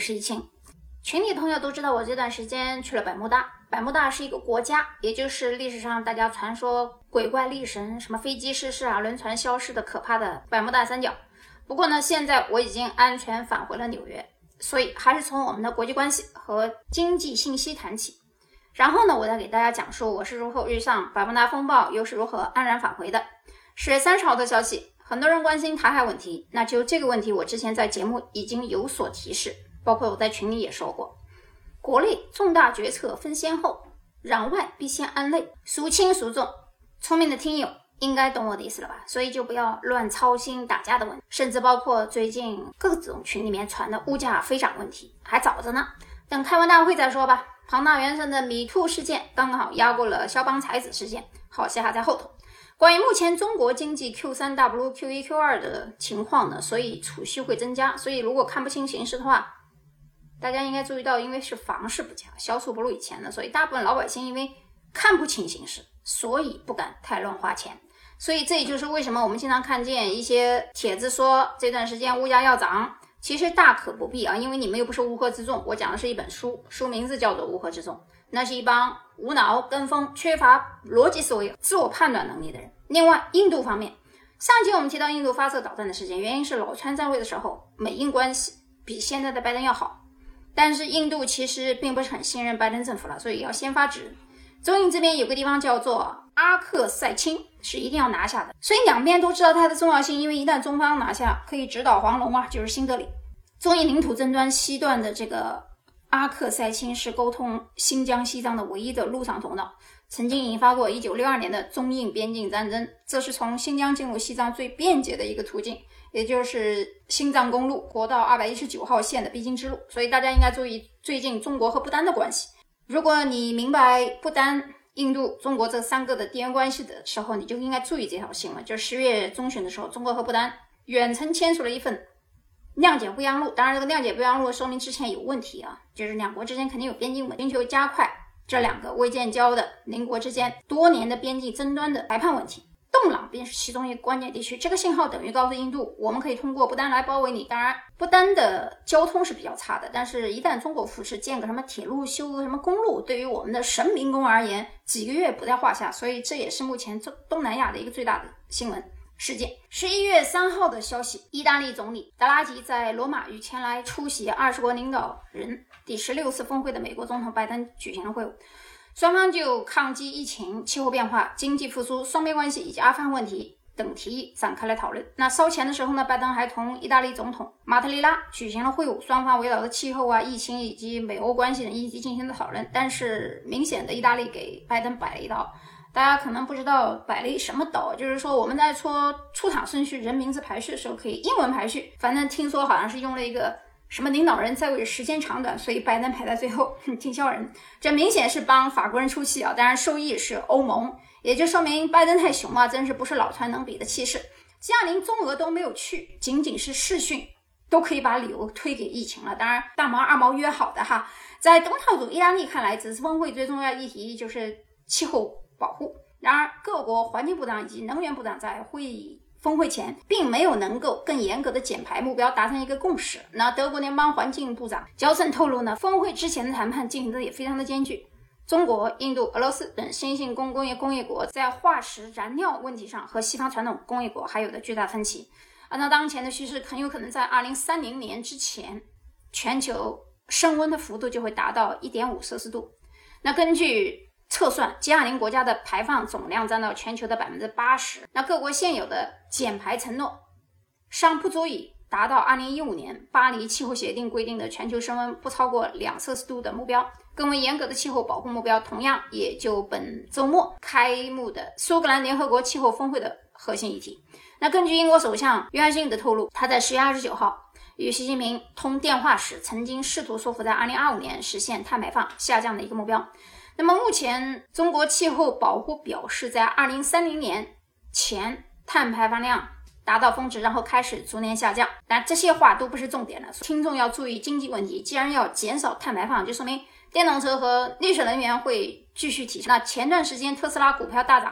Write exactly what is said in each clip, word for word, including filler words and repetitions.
是易清。群里朋友都知道我这段时间去了百慕大，百慕大是一个国家，也就是历史上大家传说鬼怪力神什么飞机失事啊轮船消失的可怕的百慕大三角。不过呢，现在我已经安全返回了纽约，所以还是从我们的国际关系和经济信息谈起。然后呢，我再给大家讲述我是如何遇上百慕大风暴，又是如何安然返回的。十月三十号的消息，很多人关心台海问题，那就这个问题我之前在节目已经有所提示，包括我在群里也说过，国内重大决策分先后，攘外必先安内，孰轻孰重，聪明的听友应该懂我的意思了吧？所以就不要乱操心打架的问题，甚至包括最近各种群里面传的物价飞涨问题，还早着呢，等开完大会再说吧。庞大原生的米兔事件刚好压过了肖邦才子事件，好戏还在后头。关于目前中国经济 Q 三 W Q 一 Q 二 的情况呢，所以储蓄会增加，所以如果看不清形势的话，大家应该注意到，因为是房市不佳，销售不如以前的，所以大部分老百姓因为看不清形势，所以不敢太乱花钱。所以这也就是为什么我们经常看见一些帖子说这段时间物价要涨，其实大可不必啊，因为你们又不是乌合之众。我讲的是一本书，书名字叫做乌合之众，那是一帮无脑跟风、缺乏逻辑思维、自我判断能力的人。另外，印度方面，上期我们提到印度发射导弹的事件，原因是老川在位的时候，美印关系比现在的拜登要好，但是印度其实并不是很信任拜登政府了，所以要先发制人。中印这边有个地方叫做阿克塞钦，是一定要拿下的，所以两边都知道它的重要性，因为一旦中方拿下，可以直捣黄龙啊，就是新德里。中印领土争端西段的这个阿克塞钦是沟通新疆西藏的唯一的陆上通道，曾经引发过一九六二年的中印边境战争，这是从新疆进入西藏最便捷的一个途径，也就是新藏公路国道二百一十九号线的必经之路。所以大家应该注意最近中国和不丹的关系。如果你明白不丹、印度、中国这三个的地缘关系的时候，你就应该注意这条新闻，就是十月中旬的时候，中国和不丹远程签署了一份谅解备忘录。当然这个谅解备忘录说明之前有问题啊，就是两国之间肯定有边境问题，寻求加快这两个未建交的邻国之间多年的边境争端的裁判问题。洞朗便是其中一个关键地区，这个信号等于告诉印度，我们可以通过不丹来包围你。当然不丹的交通是比较差的，但是一旦中国扶持建个什么铁路、修个什么公路，对于我们的神民工而言，几个月不在话下。所以这也是目前东南亚的一个最大的新闻事件。十一月三号的消息，意大利总理德拉吉在罗马与前来出席二十国领导人第十六次峰会的美国总统拜登举行了会晤，双方就抗击疫情、气候变化、经济复苏、双边关系以及阿富汗问题等提议展开了讨论。那稍前的时候呢，拜登还同意大利总统马特里拉举行了会晤，双方围绕着气候啊、疫情以及美欧关系等议题进行了讨论。但是明显的，意大利给拜登摆了一道，大家可能不知道摆了一什么岛，就是说我们在说出场顺序、人名字排序的时候可以英文排序，反正听说好像是用了一个什么领导人在位时间长短，所以拜登排在最后，挺笑人。这明显是帮法国人出气啊，当然受益是欧盟，也就说明拜登太熊啊，真是不是老川能比的气势。G 二十 中俄都没有去，仅仅是视讯都可以把理由推给疫情了。当然大毛二毛约好的哈，在东道主意大利看来，此次峰会最重要的议题就是气候保护。然而各国环境部长以及能源部长在会议峰会前并没有能够更严格的减排目标达成一个共识。那德国联邦环境部长焦森透露呢，峰会之前的谈判进行的也非常的艰巨，中国、印度、俄罗斯等新兴工工业工业国在化石燃料问题上和西方传统工业国还有的巨大分歧。按照当前的趋势，很有可能在二零三零年之前，全球升温的幅度就会达到 一点五摄氏度。那根据测算 G 二十 国家的排放总量占到全球的 百分之八十， 那各国现有的减排承诺尚不足以达到二零一五年巴黎气候协定规定的全球升温不超过两摄氏度的目标。更为严格的气候保护目标同样也就本周末开幕的苏格兰联合国气候峰会的核心议题。那根据英国首相约翰逊的透露，他在十月二十九号与习近平通电话时曾经试图说服在二零二五年实现碳排放下降的一个目标。那么目前中国气候保护表示在二零三零年前碳排放量达到峰值，然后开始逐年下降。但这些话都不是重点了，听众要注意经济问题。既然要减少碳排放，就说明电动车和绿色能源会继续提升。那前段时间特斯拉股票大涨，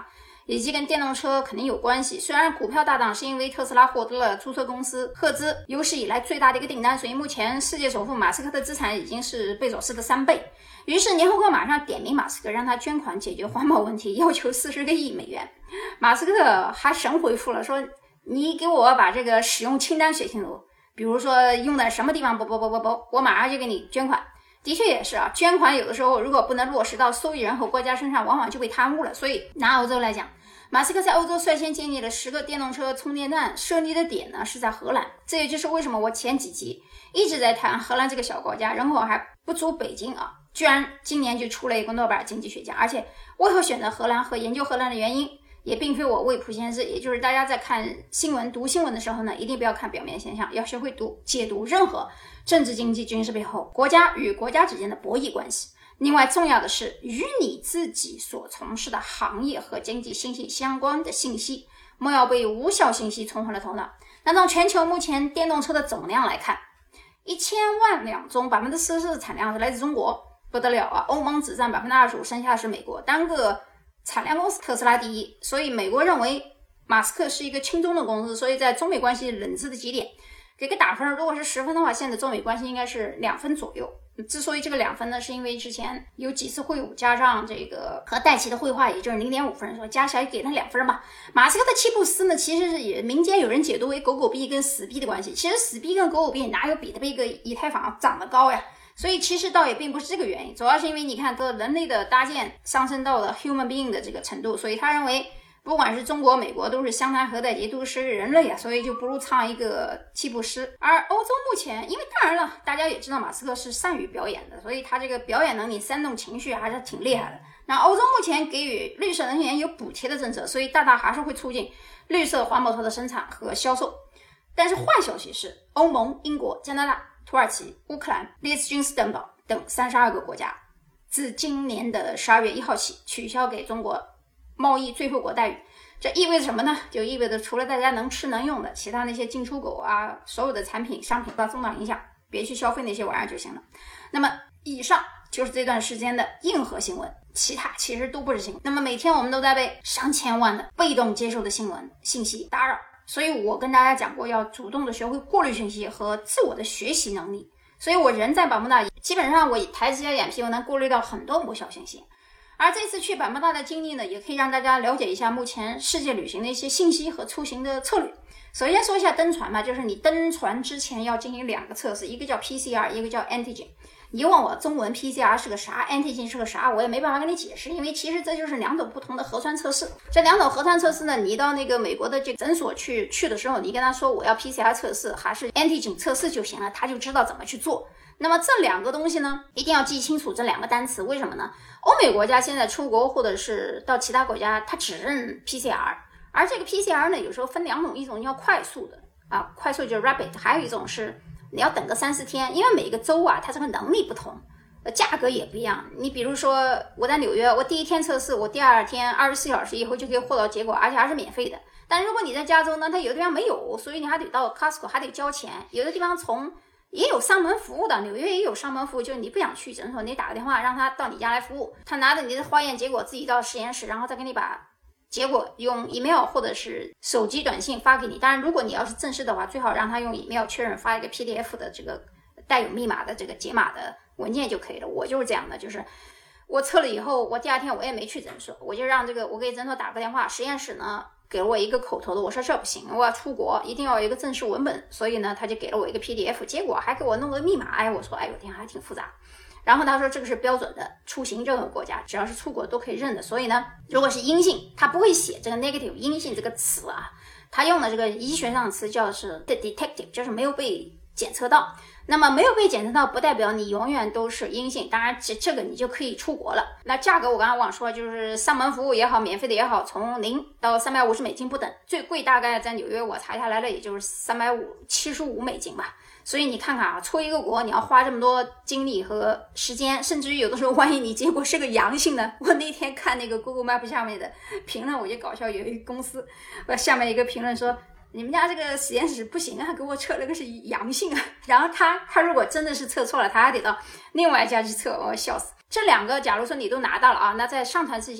以及跟电动车肯定有关系。虽然股票大涨是因为特斯拉获得了注册公司赫兹有史以来最大的一个订单，所以目前世界首富马斯克的资产已经是贝佐斯的三倍。于是联合国马上点名马斯克，让他捐款解决环保问题，要求四十个亿美元。马斯克还神回复了，说你给我把这个使用清单写清楚，比如说用在什么地方，不不不不不，我马上就给你捐款。的确也是啊，捐款有的时候如果不能落实到受益人和国家身上，往往就被贪污了。所以拿欧洲来讲，马斯克在欧洲率先建立了十个电动车充电站，设立的点呢是在荷兰。这也就是为什么我前几集一直在谈荷兰这个小国家，人口还不足北京啊，居然今年就出了一个诺贝尔经济学奖。而且为何选择荷兰和研究荷兰的原因，也并非我未卜先知，也就是大家在看新闻读新闻的时候呢，一定不要看表面现象，要学会读解读任何政治经济军事背后国家与国家之间的博弈关系。另外重要的是与你自己所从事的行业和经济信息相关的信息，莫要被无效信息冲昏了头脑。那从全球目前电动车的总量来看，一千万辆中 百分之四十 的产量是来自中国，不得了啊！欧盟只占 百分之二十五， 剩下的是美国。单个产量公司特斯拉第一，所以美国认为马斯克是一个亲中的公司，所以在中美关系冷滞的极点给个打分，如果是十分的话，现在中美关系应该是两分左右。之所以这个两分呢，是因为之前有几次会晤加上这个和戴奇的绘画，也就是 零点五分，说加起来给他两分吧。马斯克的七步诗呢，其实是也民间有人解读为狗狗币跟死币的关系，其实死币跟狗狗币哪有比特币跟以太坊涨得高呀？所以其实倒也并不是这个原因，主要是因为你看这人类的搭建上升到了 human being 的这个程度，所以他认为不管是中国美国都是相谈何代皆都是人类啊，所以就不如唱一个七步诗。而欧洲目前因为当然了大家也知道马斯克是善于表演的，所以他这个表演能力煽动情绪还是挺厉害的。那欧洲目前给予绿色能源有补贴的政策，所以大大还是会促进绿色环保车的生产和销售。但是坏消息是欧盟、英国、加拿大、土耳其、乌克兰、列支敦士登堡等三十二个国家自今年的十二月一号起取消给中国贸易最惠国待遇。这意味着什么呢？就意味着除了大家能吃能用的，其他那些进出口啊，所有的产品商品都受到影响，别去消费那些玩意儿就行了。那么以上就是这段时间的硬核新闻，其他其实都不是新闻。那么每天我们都在被上千万的被动接受的新闻信息打扰，所以我跟大家讲过，要主动的学会过滤信息和自我的学习能力。所以我人在百慕大，基本上我抬起眼皮我能过滤到很多无效信息。而这次去百慕大的经历呢，也可以让大家了解一下目前世界旅行的一些信息和出行的策略。首先说一下登船吧，就是你登船之前要进行两个测试，一个叫 P C R， 一个叫 Antigen。你问我中文 P C R 是个啥， Antigen 是个啥，我也没办法跟你解释，因为其实这就是两种不同的核酸测试。这两种核酸测试呢，你到那个美国的这个诊所去去的时候，你跟他说我要 P C R 测试还是 Antigen 测试就行了，他就知道怎么去做。那么这两个东西呢，一定要记清楚这两个单词。为什么呢？欧美国家现在出国或者是到其他国家，它只认 P C R， 而这个 P C R 呢，有时候分两种，一种叫快速的啊，快速就是 rapid， 还有一种是你要等个三四天，因为每个州啊，它这个能力不同，呃，价格也不一样。你比如说我在纽约，我第一天测试，我第二天二十四小时以后就可以获得结果，而且还是免费的。但如果你在加州呢，它有的地方没有，所以你还得到 Costco 还得交钱，有的地方从也有上门服务的，纽约也有上门服务，就是你不想去诊所，你打个电话让他到你家来服务，他拿着你的化验结果自己到实验室，然后再给你把结果用 email 或者是手机短信发给你。当然如果你要是正式的话，最好让他用 email 确认，发一个 P D F 的这个带有密码的这个解码的文件就可以了。我就是这样的，就是我测了以后，我第二天我也没去诊所，我就让这个我给诊所打个电话，实验室呢给了我一个口头的，我说这不行，我要出国一定要有一个正式文本，所以呢他就给了我一个 P D F， 结果还给我弄个密码。哎，我说哎呦天，还挺复杂。然后他说这个是标准的，出行任何国家只要是出国都可以认的。所以呢如果是阴性，他不会写这个 negative 阴性这个词啊，他用的这个医学上的词叫是 detective， 就是没有被检测到。那么没有被检测到不代表你永远都是阴性，当然这这个你就可以出国了。那价格我刚刚忘说，就是上门服务也好，免费的也好，从零到三百五十美金不等，最贵大概在纽约我查下来了也就是三百七十五美金吧。所以你看看啊，出一个国你要花这么多精力和时间，甚至于有的时候万一你结果是个阳性呢。我那天看那个 Google Map 下面的评论我就搞笑，有一个公司我下面一个评论说你们家这个实验室不行啊，给我测了个是阳性啊。然后他他如果真的是测错了，他还得到另外一家去测，我笑死。这两个假如说你都拿到了啊，那在上传之前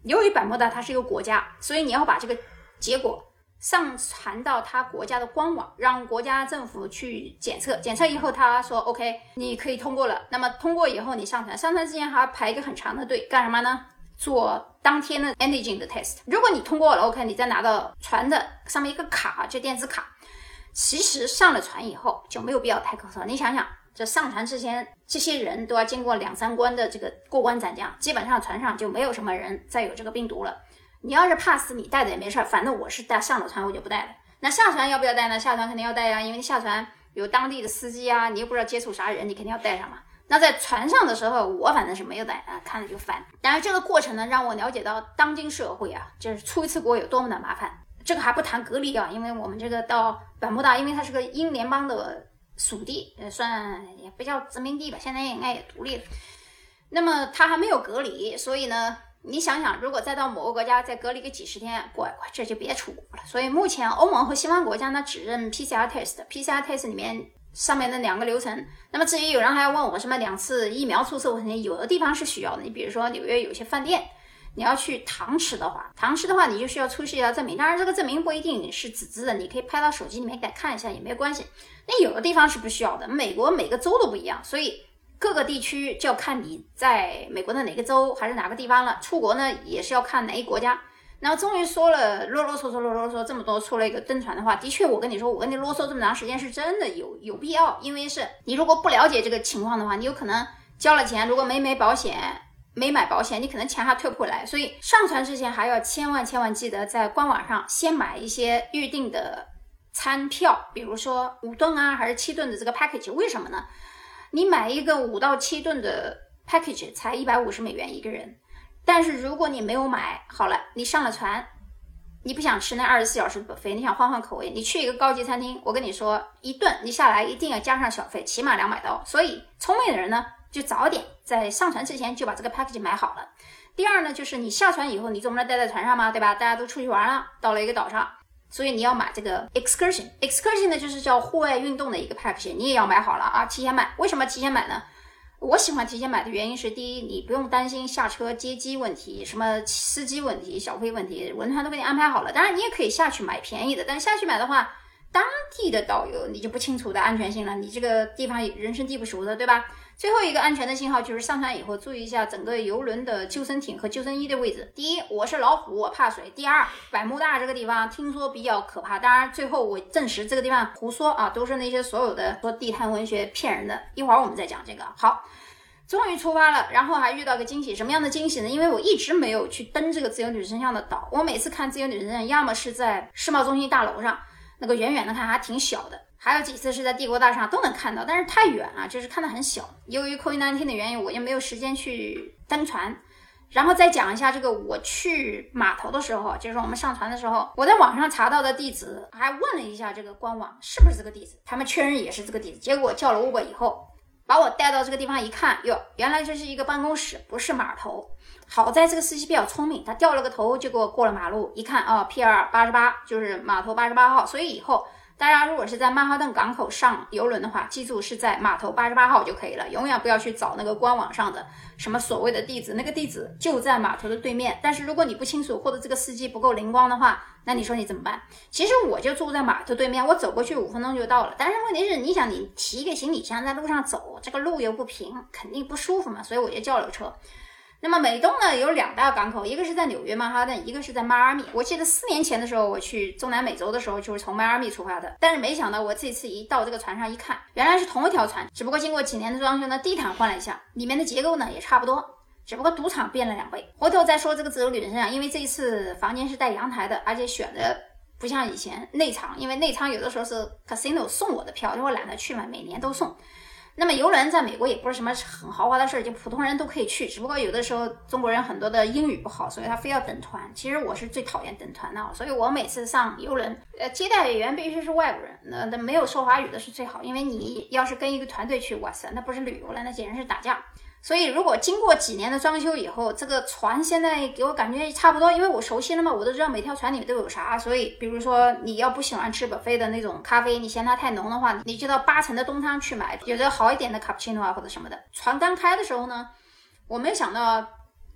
由于百慕大它是一个国家，所以你要把这个结果上传到他国家的官网，让国家政府去检测，检测以后他说 OK 你可以通过了，那么通过以后你上传，上传之前还要排一个很长的队，干什么呢？做当天的 antigen 的 test。 如果你通过了 OK， 你再拿到传的上面一个卡，就电子卡，其实上了传以后就没有必要戴口罩。你想想，这上传之前这些人都要经过两三关的这个过关斩将，基本上船上就没有什么人再有这个病毒了。你要是怕死，你带的也没事，反正我是带上了船我就不带了。那下船要不要带呢？下船肯定要带啊，因为下船有当地的司机啊，你又不知道接触啥人，你肯定要带上嘛。那在船上的时候，我反正是没有带啊，看着就烦。当然这个过程呢，让我了解到当今社会啊，就是出一次国有多么的麻烦。这个还不谈隔离啊，因为我们这个到百慕大，因为它是个英联邦的属地，呃，算也不叫殖民地吧，现在应该也独立了。那么它还没有隔离，所以呢，你想想，如果再到某个国家再隔离个几十天，乖乖，这就别出国了。所以目前欧盟和西方国家呢，只认 P C R test，P C R test 里面上面的两个流程。那么至于有人还问我什么两次疫苗注射问题，有的地方是需要的。你比如说纽约有些饭店，你要去堂吃的话，堂吃的话你就需要出示一下证明。当然这个证明不一定是纸质的，你可以拍到手机里面给看一下也没有关系。那有的地方是不需要的，美国每个州都不一样，所以各个地区就要看你在美国的哪个州还是哪个地方了。出国呢也是要看哪一国家。然后终于说了啰啰嗦嗦啰啰嗦这么多，出了一个登船的话，的确我跟你说，我跟你啰嗦这么长时间是真的有有必要。因为是你如果不了解这个情况的话，你有可能交了钱，如果没没保险没买保险，你可能钱还退不回来。所以上船之前还要千万千万记得在官网上先买一些预定的餐票，比如说五吨啊还是七吨的这个 package。 为什么呢？你买一个五到七吨的 package 才一百五十美元一个人，但是如果你没有买，好了，你上了船，你不想吃那二十四小时的 buffet， 你想换换口味，你去一个高级餐厅，我跟你说，一顿你下来一定要加上小费，起码两百刀。所以聪明的人呢，就早点在上船之前就把这个 package 买好了。第二呢，就是你下船以后，你总不能待在船上嘛，对吧？大家都出去玩了，到了一个岛上，所以你要买这个 excursion。 excursion 呢就是叫户外运动的一个 package， 你也要买好了啊，提前买。为什么提前买呢？我喜欢提前买的原因是，第一，你不用担心下车接机问题，什么司机问题、小费问题，轮船都给你安排好了。当然你也可以下去买便宜的，但下去买的话，当地的导游你就不清楚的安全性了，你这个地方人生地不熟的，对吧？最后一个安全的信号就是上船以后注意一下整个游轮的救生艇和救生衣的位置。第一，我是老虎，我怕水。第二，百慕大这个地方听说比较可怕，当然最后我证实这个地方胡说啊，都是那些所有的说地摊文学骗人的。一会儿我们再讲这个。好，终于出发了，然后还遇到个惊喜。什么样的惊喜呢？因为我一直没有去登这个自由女神像的岛，我每次看自由女神像要么是在世贸中心大楼上，那个远远的看还挺小的，还有几次是在帝国大厦都能看到，但是太远了，就是看得很小。由于 COVID 十九 的原因，我也没有时间去登船。然后再讲一下这个，我去码头的时候，就是我们上船的时候，我在网上查到的地址，还问了一下这个官网是不是这个地址，他们确认也是这个地址。结果叫了 Uber 以后，把我带到这个地方一看，哟，原来这是一个办公室，不是码头。好在这个司机比较聪明，他掉了个头就给我过了马路，一看啊 ，P R 八十八就是码头八十八号，所以以后大家如果是在曼哈顿港口上游轮的话，记住是在码头八十八号就可以了，永远不要去找那个官网上的什么所谓的地址，那个地址就在码头的对面。但是如果你不清楚，或者这个司机不够灵光的话，那你说你怎么办？其实我就住在码头对面，我走过去五分钟就到了。但是问题是，你想你提个行李箱在路上走，这个路又不平，肯定不舒服嘛，所以我就叫了车。那么美东呢有两大港口，一个是在纽约曼哈顿，一个是在迈阿密。我记得四年前的时候我去中南美洲的时候就是从迈阿密出发的，但是没想到我这次一到这个船上一看，原来是同一条船，只不过经过几年的装修呢，地毯换了一下，里面的结构呢也差不多，只不过赌场变了两倍。回头再说这个自由女神像，因为这一次房间是带阳台的，而且选的不像以前内舱，因为内舱有的时候是 casino 送我的票，因为我懒得去嘛，每年都送。那么游轮在美国也不是什么很豪华的事，就普通人都可以去，只不过有的时候中国人很多的英语不好，所以他非要等团。其实我是最讨厌等团的，所以我每次上游轮，呃，接待员必须是外国人，那那没有说华语的是最好，因为你要是跟一个团队去，哇塞，那不是旅游了，那简直是打架。所以如果经过几年的装修以后，这个船现在给我感觉差不多，因为我熟悉了嘛，我都知道每条船里面都有啥。所以比如说你要不喜欢吃 buffet 的那种咖啡，你嫌它太浓的话，你就到八成的东汤去买，有的好一点的 cappuccino 啊或者什么的。船刚开的时候呢，我没有想到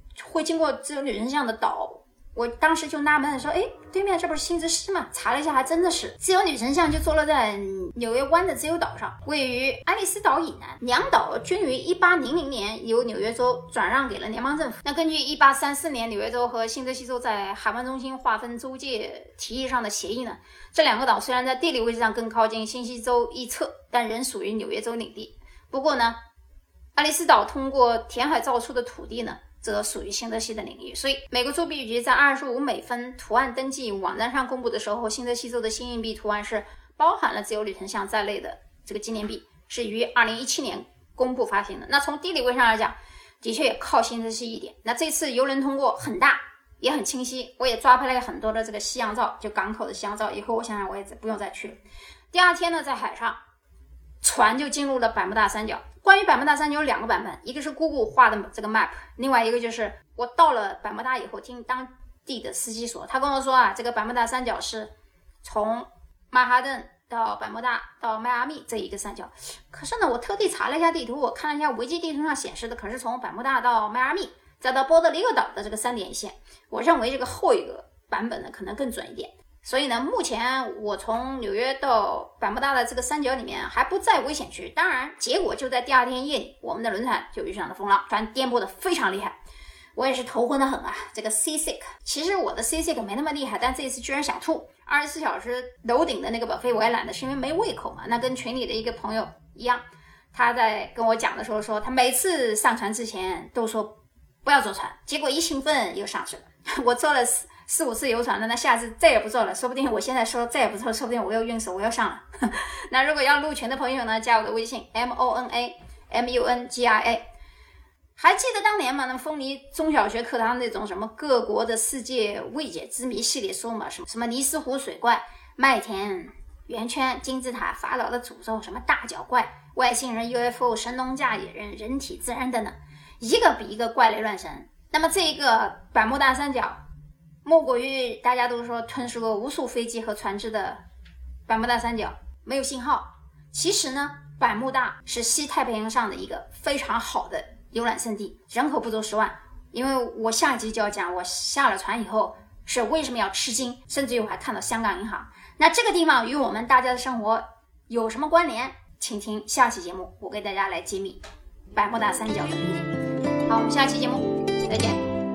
会经过自由女神像的岛，我当时就纳闷说，哎，对面这不是新泽西吗？查了一下，还真的是自由女神像就坐落在纽约湾的自由岛上，位于爱丽丝岛以南。两岛均于一八零零年由纽约州转让给了联邦政府。那根据一八三四年纽约州和新泽西州在海湾中心划分州界提议上的协议呢，这两个岛虽然在地理位置上更靠近新西州一侧，但仍属于纽约州领地。不过呢，爱丽丝岛通过填海造出的土地呢，则属于新泽西的领域，所以美国铸币局在二十五美分图案登记网站上公布的时候，新泽西州的新硬币图案是包含了自由女神像在内的这个纪念币，是于二零一七年公布发行的。那从地理位上来讲，的确也靠新泽西一点。那这次邮轮通过很大，也很清晰，我也抓拍了很多的这个夕阳照，就港口的夕阳照。以后我想想我也不用再去了。第二天呢，在海上，船就进入了百慕大三角。关于百慕大三角有两个版本，一个是姑姑画的这个 map， 另外一个就是我到了百慕大以后听当地的司机说，他跟我说啊，这个百慕大三角是从曼哈顿到百慕大到迈阿密这一个三角。可是呢，我特地查了一下地图，我看了一下维基地图上显示的，可是从百慕大到迈阿密再到波多黎各岛的这个三点一线，我认为这个后一个版本呢可能更准一点。所以呢，目前我从纽约到百慕大的这个三角里面还不在危险区。当然，结果就在第二天夜里，我们的轮船就遇上了风浪，船颠簸的非常厉害，我也是头昏的很啊。这个 seasick， 其实我的 seasick 没那么厉害，但这一次居然想吐。二十四小时楼顶的那个buffet我也懒得，是因为没胃口嘛。那跟群里的一个朋友一样，他在跟我讲的时候说，他每次上船之前都说不要坐船，结果一兴奋又上去了。我坐了四四五次游船了，那下次再也不坐了，说不定我现在说再也不坐，说不定我又晕死，我又上了。那如果要入群的朋友呢，加我的微信 M O N A M U N G R A。 还记得当年嘛，那风靡中小学课堂那种什么各国的世界未解之谜系列书嘛，什么什么尼斯湖水怪、麦田圆圈、金字塔、法老的诅咒、什么大脚怪、外星人 U F O、神农架野人、人体自然等等，一个比一个怪力乱神。那么这一个百慕大三角莫过于大家都说吞噬过无数飞机和船只的百慕大三角没有信号。其实呢，百慕大是西太平洋上的一个非常好的游览胜地，人口不足十万。因为我下集就要讲我下了船以后是为什么要吃惊，甚至于我还看到香港银行。那这个地方与我们大家的生活有什么关联，请听下期节目，我给大家来揭秘百慕大三角的谜底。好，我们下期节目再见。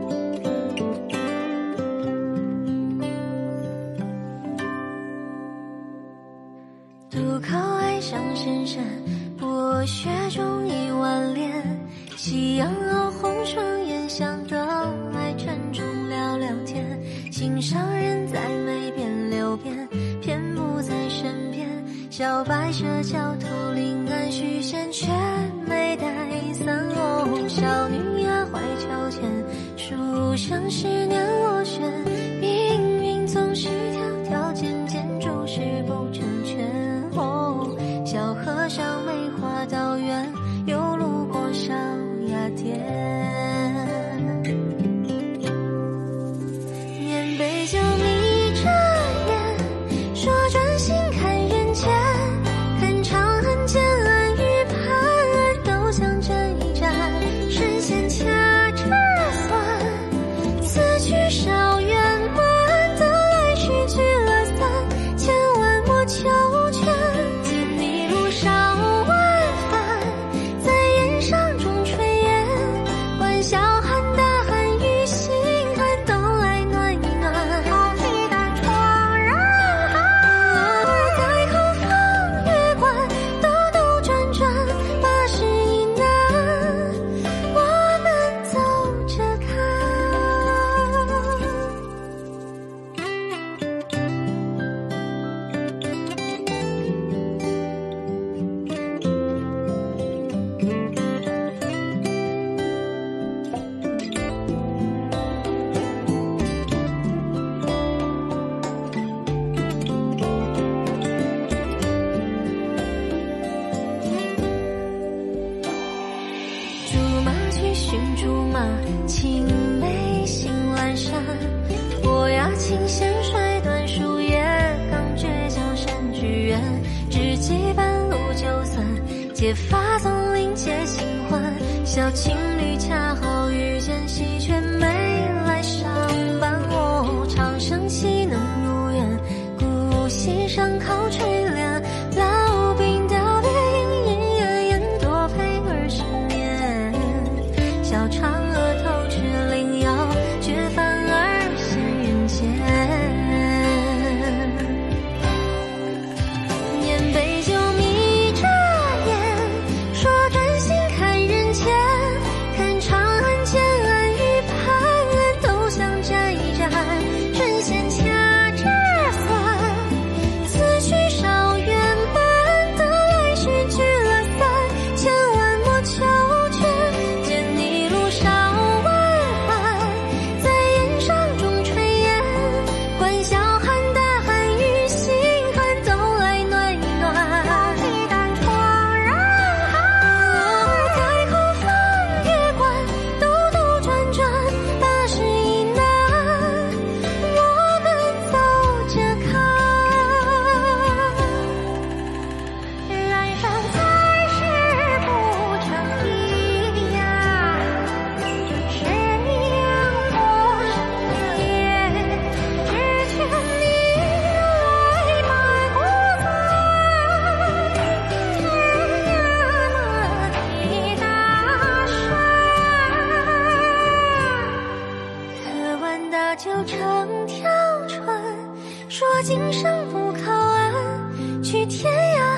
渡口爱上深山，博雪中一万恋，夕阳熬红双眼，想得来晨钟聊聊天，心上人在眉边流边，偏不在身边，小白蛇桥头临岸许仙，却没带伞哦，少女压怀桥前，书生十年落选，命运总是条条渐渐注视不成全哦，小和尚梅花道远，又路过少雅殿，念杯酒眯着眼，说专心看人间，看长恨渐暗与盼儿都想沾一沾，神仙掐指算，此去少圆满，得来失聚了散，千万莫求全，见你路上万帆，在烟上中炊烟，管小寒大寒与心寒，都来暖一暖，好皮蛋窗人寒，在后方月关，兜兜转转，八十一难，我们走着看。竹马去寻竹马，青梅醒阑珊，伯牙琴弦摔断树叶，刚倔强山居远，知己半路就散，结发总领结新欢，小情侣恰好遇见，喜鹊把酒成条船，说今生不靠岸，去天涯。